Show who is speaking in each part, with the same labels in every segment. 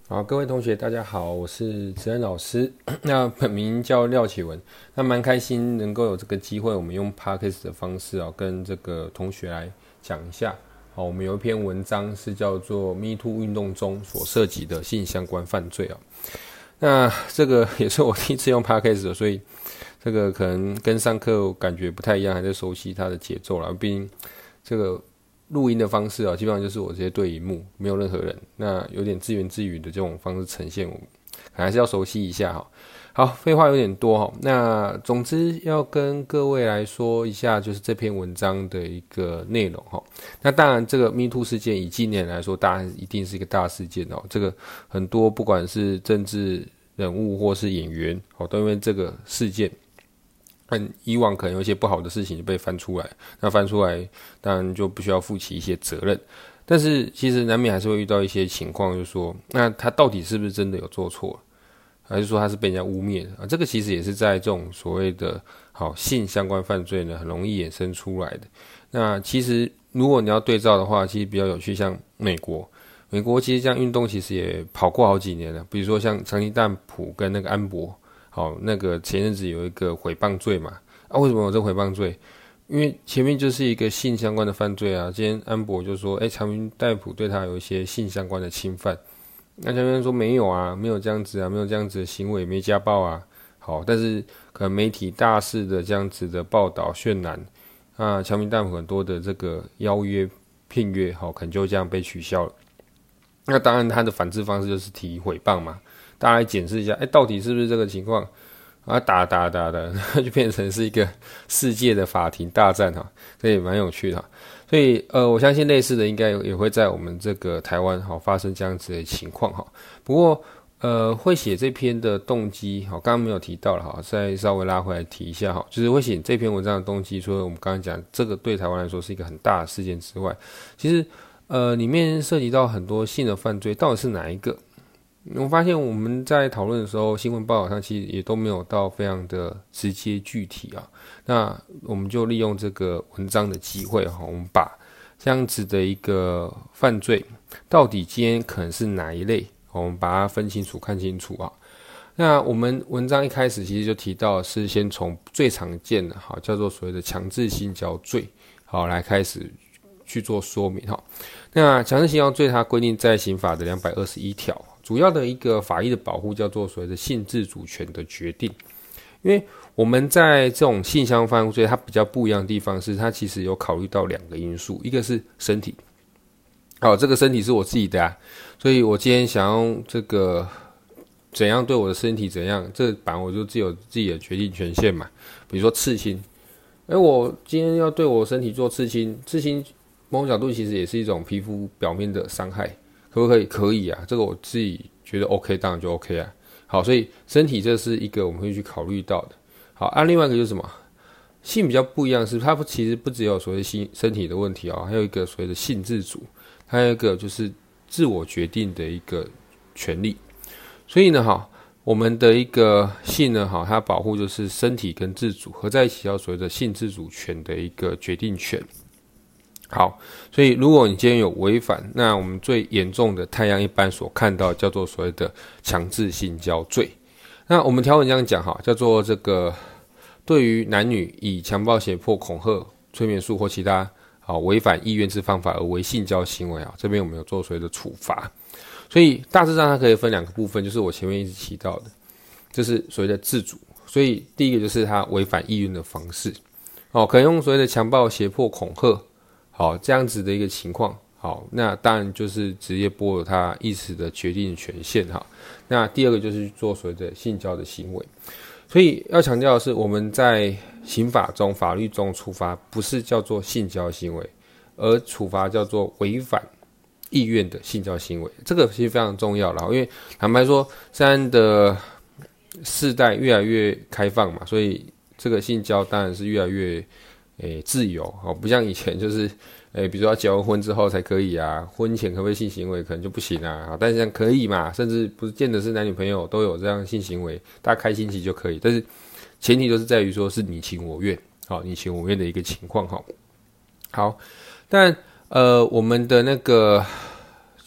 Speaker 1: 好，各位同学，大家好，我是子恩老师。那本名叫廖启文，那蛮开心能够有这个机会，我们用 Podcast 的方式跟这个同学来讲一下。好，我们有一篇文章是叫做 “Me Too 运动中所涉及的性相关犯罪”那这个也是我第一次用 Podcast 的，所以这个可能跟上课感觉不太一样，还在熟悉它的节奏啦。毕竟这个录音的方式基本上就是我直接对荧幕，没有任何人，那有点自言自语的这种方式呈现，我们还是要熟悉一下好，废话有点多那总之要跟各位来说一下，就是这篇文章的一个内容那当然，这个 Me Too 事件以今年来说，当然一定是一个大事件这个很多不管是政治人物或是演员都因为这个事件。以往可能有一些不好的事情就被翻出来，那翻出来当然就不需要负起一些责任，但是其实难免还是会遇到一些情况，就是说，那他到底是不是真的有做错，还是说他是被人家污蔑的这个其实也是在这种所谓的性相关犯罪呢，很容易衍生出来的。那其实如果你要对照的话，其实比较有趣，像美国其实这样运动其实也跑过好几年了，比如说像强尼戴普跟那个安博。那个前阵子有一个诽谤罪嘛，为什么有这诽谤罪？因为前面就是一个性相关的犯罪今天安博就说，强尼戴普对他有一些性相关的侵犯，那前面说没有没有这样子没有这样子的行为，没家暴但是可能媒体大肆的这样子的报道渲染强尼戴普很多的这个邀约聘约可能就这样被取消了。那当然他的反制方式就是提诽谤嘛。大家来检视一下，到底是不是这个情况打的，就变成是一个世界的法庭大战这也蛮有趣的所以我相信类似的应该也会在我们这个台湾发生这样子的情况不过会写这篇的动机刚刚没有提到了再稍微拉回来提一下就是会写这篇文章的动机，除了我们刚刚讲这个对台湾来说是一个很大的事件之外，其实里面涉及到很多性的犯罪，到底是哪一个？我发现我们在讨论的时候，新闻报道上其实也都没有到非常的直接具体那我们就利用这个文章的机会我们把这样子的一个犯罪，到底今天可能是哪一类，我们把它分清楚、看清楚那我们文章一开始其实就提到是先从最常见的叫做所谓的强制性交罪来开始去做说明那强制性交罪它规定在刑法的221条。主要的一个法益的保护叫做所谓的性自主权的决定，因为我们在这种性相关犯罪，它比较不一样的地方是，它其实有考虑到两个因素，一个是身体，这个身体是我自己的所以我今天想要这个怎样对我的身体怎样，这版我就自有自己的决定权限嘛。比如说刺青，我今天要对我身体做刺青，刺青某种角度其实也是一种皮肤表面的伤害。可不可以？可以这个我自己觉得 OK， 当然就 OK 好，所以身体这是一个我们会去考虑到的。好另外一个就是什么？性比较不一样是，它其实不只有所谓身体的问题还有一个所谓的性自主，还有一个就是自我决定的一个权利。所以呢我们的一个性呢它保护就是身体跟自主合在一起，叫所谓的性自主权的一个决定权。好，所以如果你今天有违反，那我们最严重的太阳一般所看到叫做所谓的强制性交罪。那我们条文这样讲叫做这个对于男女以强暴、胁迫、恐吓、催眠术或其他违反意愿之方法而为性交行为这边我们有做所谓的处罚。所以大致上它可以分两个部分，就是我前面一直提到的，就是所谓的自主。所以第一个就是它违反意愿的方式可能用所谓的强暴、胁迫、恐吓这样子的一个情况那当然就是直接剥夺他意识的决定权限那第二个就是做所谓的性交的行为。所以要强调的是，我们在刑法中、法律中处罚不是叫做性交行为，而处罚叫做违反意愿的性交行为。这个其实非常重要因为坦白说，现在的世代越来越开放嘛，所以这个性交当然是越来越自由不像以前就是比如说要结完婚之后才可以婚前可不可以性行为可能就不行但是这样可以嘛，甚至不见得是男女朋友都有这样性行为，大家开心期就可以，但是前提就是在于说是你情我愿你情我愿的一个情况好，但我们的那个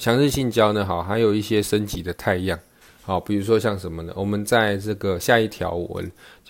Speaker 1: 强制性交呢，好，还有一些升级的态样，好，比如说像什么呢？我们在这个下一条文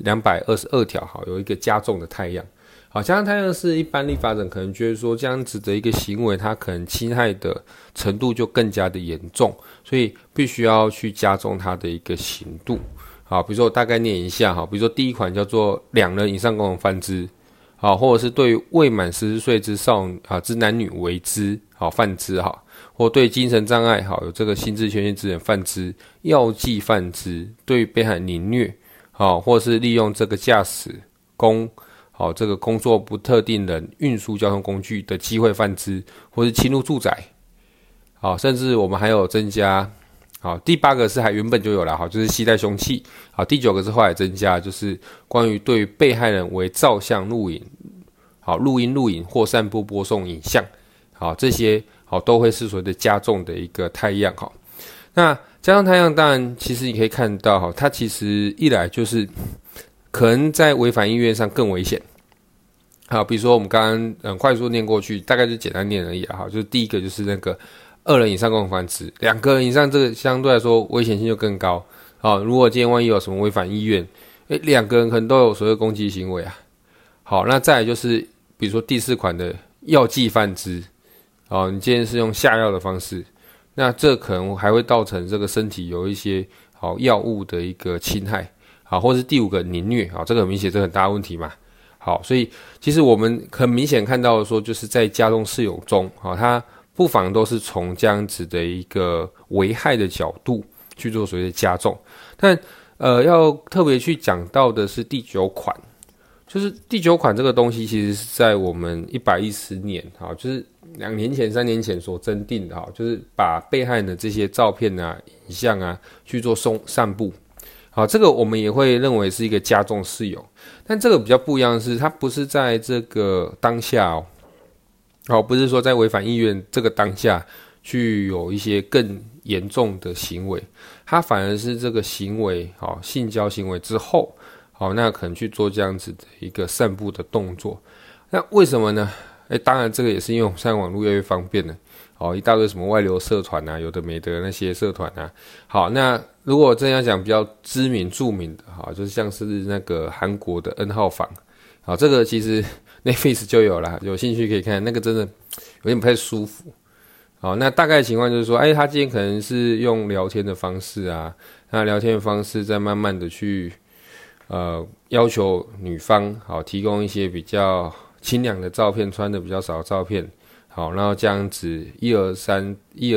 Speaker 1: 222条，好，有一个加重的态样。好，加重态样是一般立法者可能觉得说这样子的一个行为，它可能侵害的程度就更加的严重，所以必须要去加重它的一个刑度。好，比如说我大概念一下，好，比如说第一款叫做2人以上共同犯之，好，或者是对未满14岁之之男女为之，好，犯之，好，或对精神障碍，好，有这个心智缺陷之人犯之，药剂犯之，对被害人凌虐，好，或是利用这个驾驶好，这个工作不特定人运输交通工具的机会犯之，或是侵入住宅，好，甚至我们还有增加，好，第8个是还原本就有了，好，就是携带凶器，好，第9个是后来增加，就是关于对于被害人为照相、录影，好，录音、录影或散布、播送影像，好，这些好都会是所谓的加重的一个态样，好，那加重态样当然其实你可以看到，好，它其实一来就是可能在违反意愿上更危险。好，比如说我们刚刚快速念过去，大概就简单念而已好，就是第一个就是那个2人以上共同犯之，2个人以上这个相对来说危险性就更高。好，如果今天万一有什么违反意愿，2个人可能都有所谓攻击行为啊。好，那再来就是比如说第4款的药剂犯之，好，你今天是用下药的方式，那这可能还会造成这个身体有一些好药物的一个侵害，好，或是第5个凌虐，好，这个很明显这个很大的问题嘛。好，所以其实我们很明显看到的说，就是在加重适用中，好，它不妨都是从这样子的一个危害的角度去做所谓的加重。但要特别去讲到的是第9款，就是第9款这个东西，其实是在我们110年，好，就是2年前、3年前所增订的，好，就是把被害人的这些照片啊、影像啊去做散布。好，这个我们也会认为是一个加重适用，但这个比较不一样的是，它不是在这个当下好，不是说在违反意愿这个当下去有一些更严重的行为，它反而是这个行为，好，性交行为之后，好，那可能去做这样子的一个散布的动作。那为什么呢？当然这个也是因为我们现在网络越来越方便了。好，一大堆什么外流社团啊，有的没的那些社团啊。好，那如果真要讲比较知名著名的，好，就是像是那个韩国的 N 号房，好，这个其实 Netflix 就有啦，有兴趣可以看，那个真的有点不太舒服。好，那大概的情况就是说，他今天可能是用聊天的方式啊，那聊天的方式再慢慢的去要求女方好提供一些比较清凉的照片，穿的比较少的照片。好，然后这样子一而三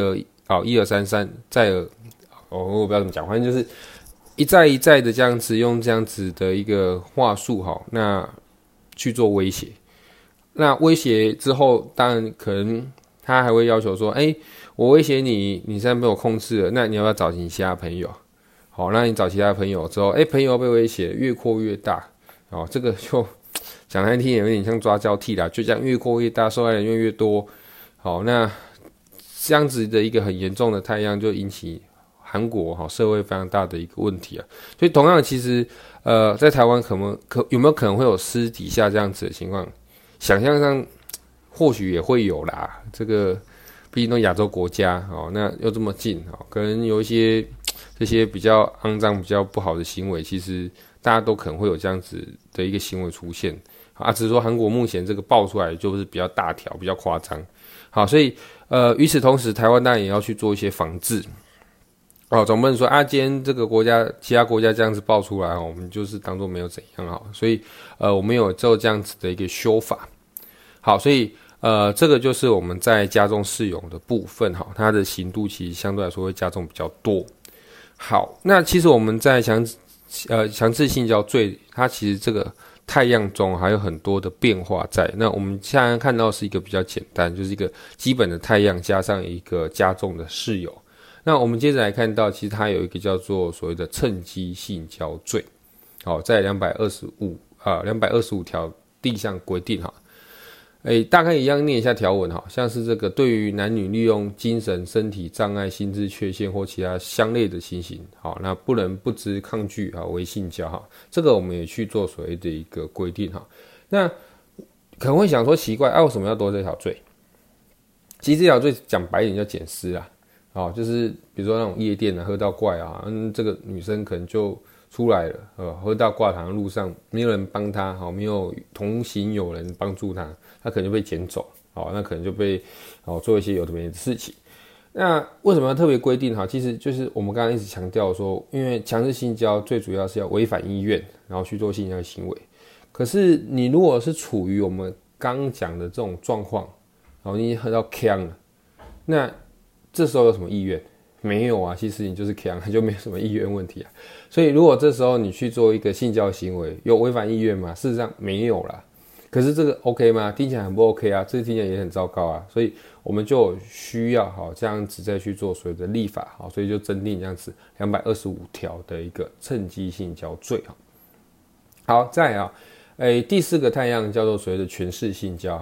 Speaker 1: 再而我不知道怎么讲，反正就是一再的这样子用这样子的一个话术，好，那去做威胁。那威胁之后，当然可能他还会要求说，我威胁你，你现在被我控制了，那你要不要找你其他朋友？好，那你找其他朋友之后，朋友被威胁，越扩越大，哦，这个就。讲难听有点像抓交替啦，就这样越扩越大，受害人越多。好，那这样子的一个很严重的态样，就引起韩国社会非常大的一个问题啊。所以同样，其实在台湾有没有可能会有私底下这样子的情况？想象上或许也会有啦。这个毕竟都亚洲国家哦，那又这么近哦，可能有一些这些比较肮脏、比较不好的行为，其实大家都可能会有这样子的一个行为出现。只是说韩国目前这个爆出来就是比较大条、比较夸张。好，所以与此同时，台湾当然也要去做一些防治。总不能说今天这个国家、其他国家这样子爆出来，我们就是当作没有怎样好。所以我们有做这样子的一个修法。好，所以这个就是我们在加重适用的部分，它的刑度其实相对来说会加重比较多。好，那其实我们在强制性交罪，它其实这个态样中还有很多的变化在。那我们现在看到是一个比较简单，就是一个基本的态样加上一个加重的事由。那我们接着来看到，其实它有一个叫做所谓的趁机性交罪。好，在225条第一项规定大概一样念一下条文，像是这个对于男女利用精神、身体障碍、心智缺陷或其他相类的情形，好，那不能不知抗拒为性交，这个我们也去做所谓的一个规定。那可能会想说奇怪，为什么要多这条罪？其实这条罪讲白一点叫捡尸啊。 就是比如说那种夜店啊，喝到怪啊，这个女生可能就出来了，喝到挂糖的路上，没有人帮她，没有同行有人帮助她，她可能就被捡走，那可能就被做一些有的没的事情。那为什么要特别规定？其实就是我们刚刚一直强调说，因为强制性交最主要是要违反意愿，然后去做性交行为。可是你如果是处于我们刚讲的这种状况，你已经喝到呛了，那这时候有什么意愿？没有啊，其实你就是呛，就没有什么意愿问题啊。所以如果这时候你去做一个性交行为，有违反意愿吗？事实上没有啦。可是这个 OK 吗？听起来很不 OK 啊，这个听起来也很糟糕啊。所以我们就需要这样子再去做所谓的立法，所以就增订这样子225条的一个趁机性交罪。好，再来第4个太阳叫做所谓的权势性交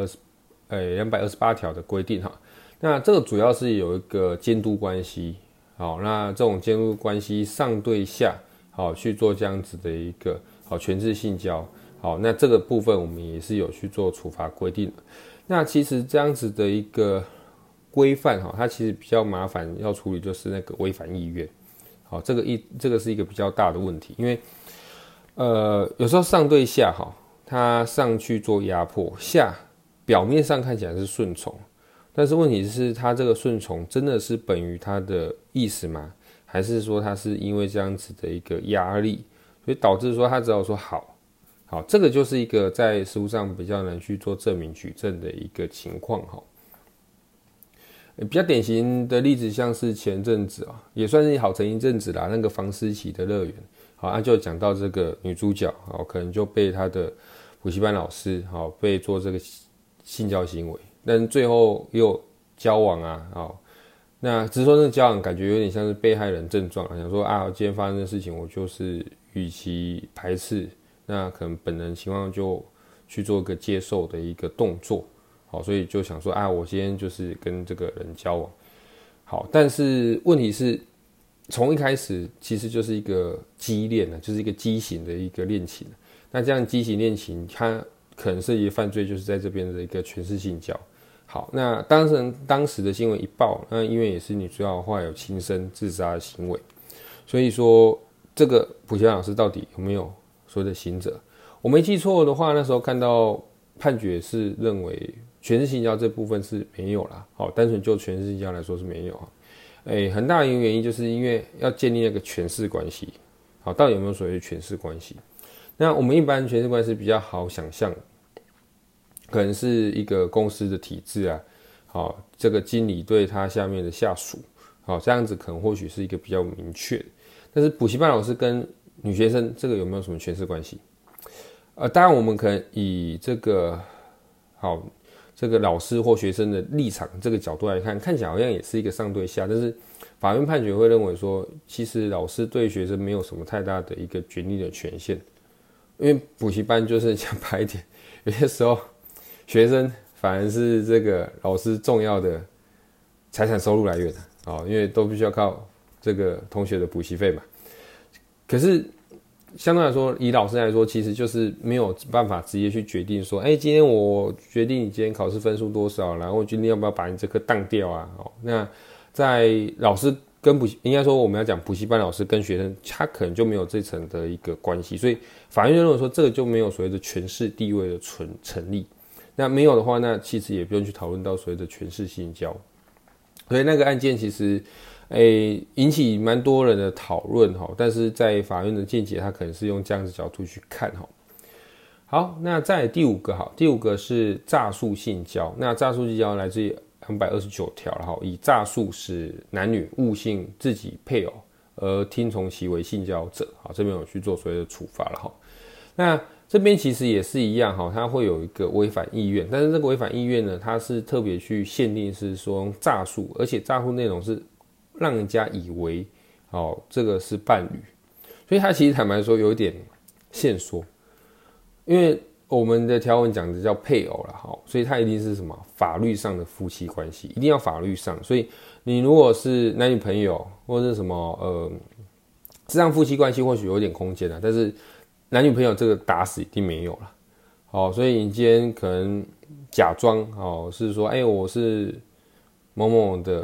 Speaker 1: ，228条的规定。那这个主要是有一个监督关系，那这种监督关系上对下，去做这样子的一个权势性交，那这个部分我们也是有去做处罚规定的。那其实这样子的一个规范，它其实比较麻烦，要处理就是那个违反意愿，这个是一个比较大的问题，因为有时候上对下，他上去做压迫，下表面上看起来是顺从。但是问题是，他这个顺从真的是本于他的意思吗？还是说他是因为这样子的一个压力，所以导致说他只好说好，这个就是一个在实务上比较难去做证明举证的一个情况。比较典型的例子像是前阵子也算是好成一阵子啦，那个房思琪的乐园，就讲到这个女主角可能就被她的补习班老师被做这个性交行为。但最后又交往那只是说那个交往感觉有点像是被害人症状，想说今天发生的事情，我就是与其排斥，那可能本人情况就去做一个接受的一个动作，所以就想说我今天就是跟这个人交往，但是问题是，从一开始其实就是一个畸恋，就是一个畸形的一个恋情，那这样畸形恋情，它可能涉及犯罪，就是在这边的一个权势性交。好，那当时的新闻一报，那因为也是女主角的话有轻生自杀的行为，所以说这个补习班老师到底有没有所谓的刑责？我没记错的话，那时候看到判决是认为权势性交这部分是没有啦，单纯就权势性交来说是没有很大的一个原因就是因为要建立那个权势关系，到底有没有所谓的权势关系？那我们一般权势关系比较好想象。可能是一个公司的体制这个经理对他下面的下属，这样子可能或许是一个比较明确的。但是补习班老师跟女学生这个有没有什么权势关系？当然我们可能以这个老师或学生的立场这个角度来看，看起来好像也是一个上对下，但是法院判决会认为说，其实老师对学生没有什么太大的一个决定的权限，因为补习班就是讲白一点，有些时候。学生反而是这个老师重要的财产收入来源因为都必须要靠这个同学的补习费嘛。可是相对来说，以老师来说，其实就是没有办法直接去决定说，今天我决定你今天考试分数多少，然后我决定要不要把你这科当掉啊。那在老师跟应该说我们要讲补习班老师跟学生，他可能就没有这层的一个关系，所以法院就认为说，这个就没有所谓的权势地位的成立。那没有的话，那其实也不用去讨论到所谓的权势性交。所以那个案件其实引起蛮多人的讨论但是在法院的见解，他可能是用这样子角度去看好，那再来第5个第5个是诈术性交。那诈术性交来自于229条了以诈术使男女误信自己配偶而听从其为性交者，这边有去做所谓的处罚了那这边其实也是一样它会有一个违反意愿，但是这个违反意愿呢，它是特别去限定是说用诈术，而且诈术内容是让人家以为这个是伴侣，所以它其实坦白说有一点限缩，因为我们的条文讲的叫配偶啦所以它一定是什么法律上的夫妻关系，一定要法律上，所以你如果是男女朋友或者是什么这样夫妻关系或许有点空间但是男女朋友这个打死一定没有了所以你今天可能假装是说我是某某的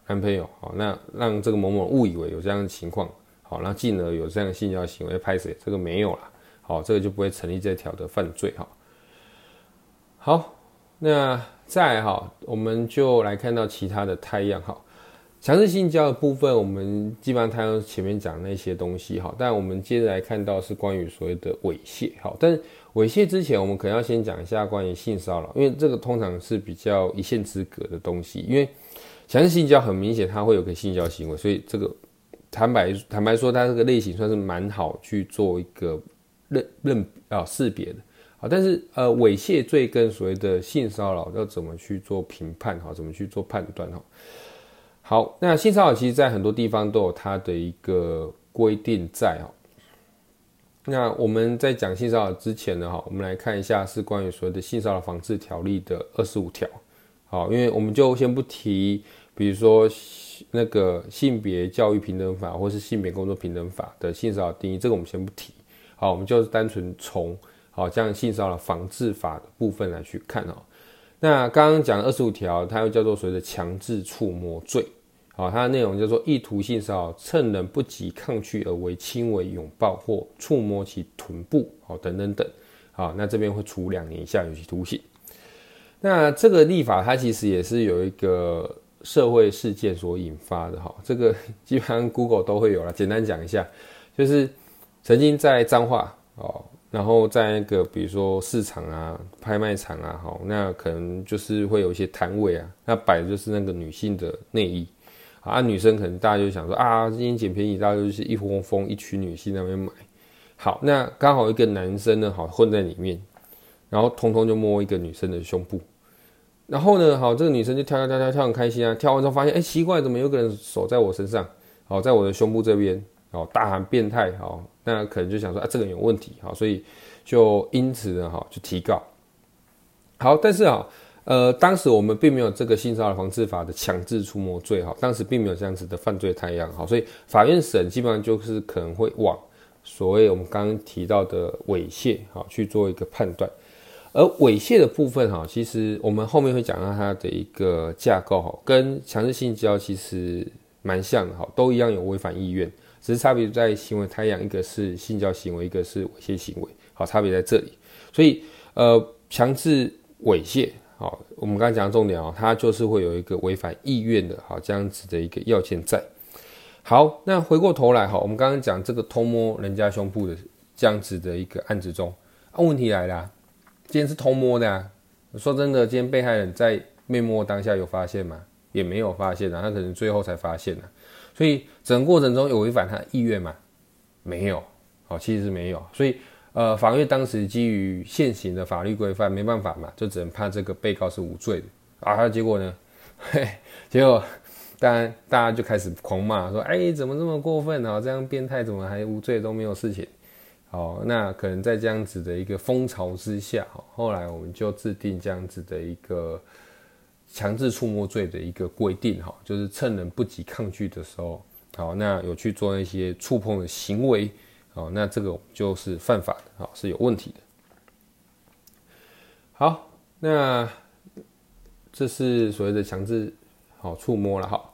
Speaker 1: 男朋友，好，那让这个某某误以为有这样的情况，好，然后进而有这样的性交行为，拍谁？这个没有啦，好，这个就不会成立这条的犯罪，好，那再来哈，我们就来看到其他的太阳哈。强制性交的部分，我们基本上太阳前面讲那些东西哈，但我们接着来看到是关于所谓的猥亵，好，但是猥亵之前，我们可能要先讲一下关于性骚扰，因为这个通常是比较一线之隔的东西，因为强制性交很明显它会有个性交行为，所以这个坦白说，它这个类型算是蛮好去做一个识别的。好，但是猥亵罪跟所谓的性骚扰要怎么去做评判？怎么去做判断？好，那性骚扰其实在很多地方都有它的一个规定在。那我们在讲性骚扰之前呢，我们来看一下是关于所谓的性骚扰防治条例的25条。好，因为我们就先不提，比如说那个性别教育平等法或是性别工作平等法的性骚扰定义，这个我们先不提。好，我们就单纯从这样性骚扰防治法的部分来去看。那刚刚讲25条，它又叫做所谓的强制触摸罪。好，它的内容叫做意图性骚扰，趁人不及抗拒而为轻微拥抱或触摸其臀部，等等等。好，那这边会处2年以下有期徒刑。那这个立法它其实也是有一个社会事件所引发的，这个基本上 Google 都会有啦。简单讲一下，就是曾经在彰化，然后在那个比如说市场啊、拍卖场啊，那可能就是会有一些摊位啊，那摆的就是那个女性的内衣。女生可能大家就想说今天捡便宜，大家就是一窝蜂一群女性在那边买。好，那刚好一个男生呢，混在里面，然后通通就摸一个女生的胸部，然后呢，这个女生就跳很开心啊，跳完之后发现，奇怪，怎么有个人手在我身上，在我的胸部这边，大喊变态，那可能就想说这个人有问题，所以就因此呢，就提告。好，但是当时我们并没有这个性骚扰防治法的强制触摸罪，当时并没有这样子的犯罪太阳，所以法院审基本上就是可能会往所谓我们刚刚提到的猥亵去做一个判断。而猥亵的部分其实我们后面会讲到它的一个架构跟强制性交其实蛮像的，都一样有违反意愿，只是差别在行为太阳，一个是性交行为，一个是猥亵行为，差别在这里。所以强制猥亵，我们刚才讲的重点它就是会有一个违反意愿的这样子的一个要件在。好，那回过头来我们刚刚讲这个偷摸人家胸部的这样子的一个案子中，问题来了，今天是偷摸的啊。说真的，今天被害人在被摸当下有发现吗？也没有发现啊，他可能最后才发现啊。所以整个过程中有违反他的意愿吗？没有，其实是没有。所以法院当时基于现行的法律规范，没办法嘛，就只能判这个被告是无罪的结果呢，结果当然大家就开始狂骂说，怎么这么过分这样变态怎么还无罪都没有事情。那可能在这样子的一个风潮之下，后来我们就制定这样子的一个强制触摸罪的一个规定，就是趁人不及抗拒的时候，那有去做那些触碰的行为，那这个就是犯法的，是有问题的。好，那这是所谓的强制触摸了。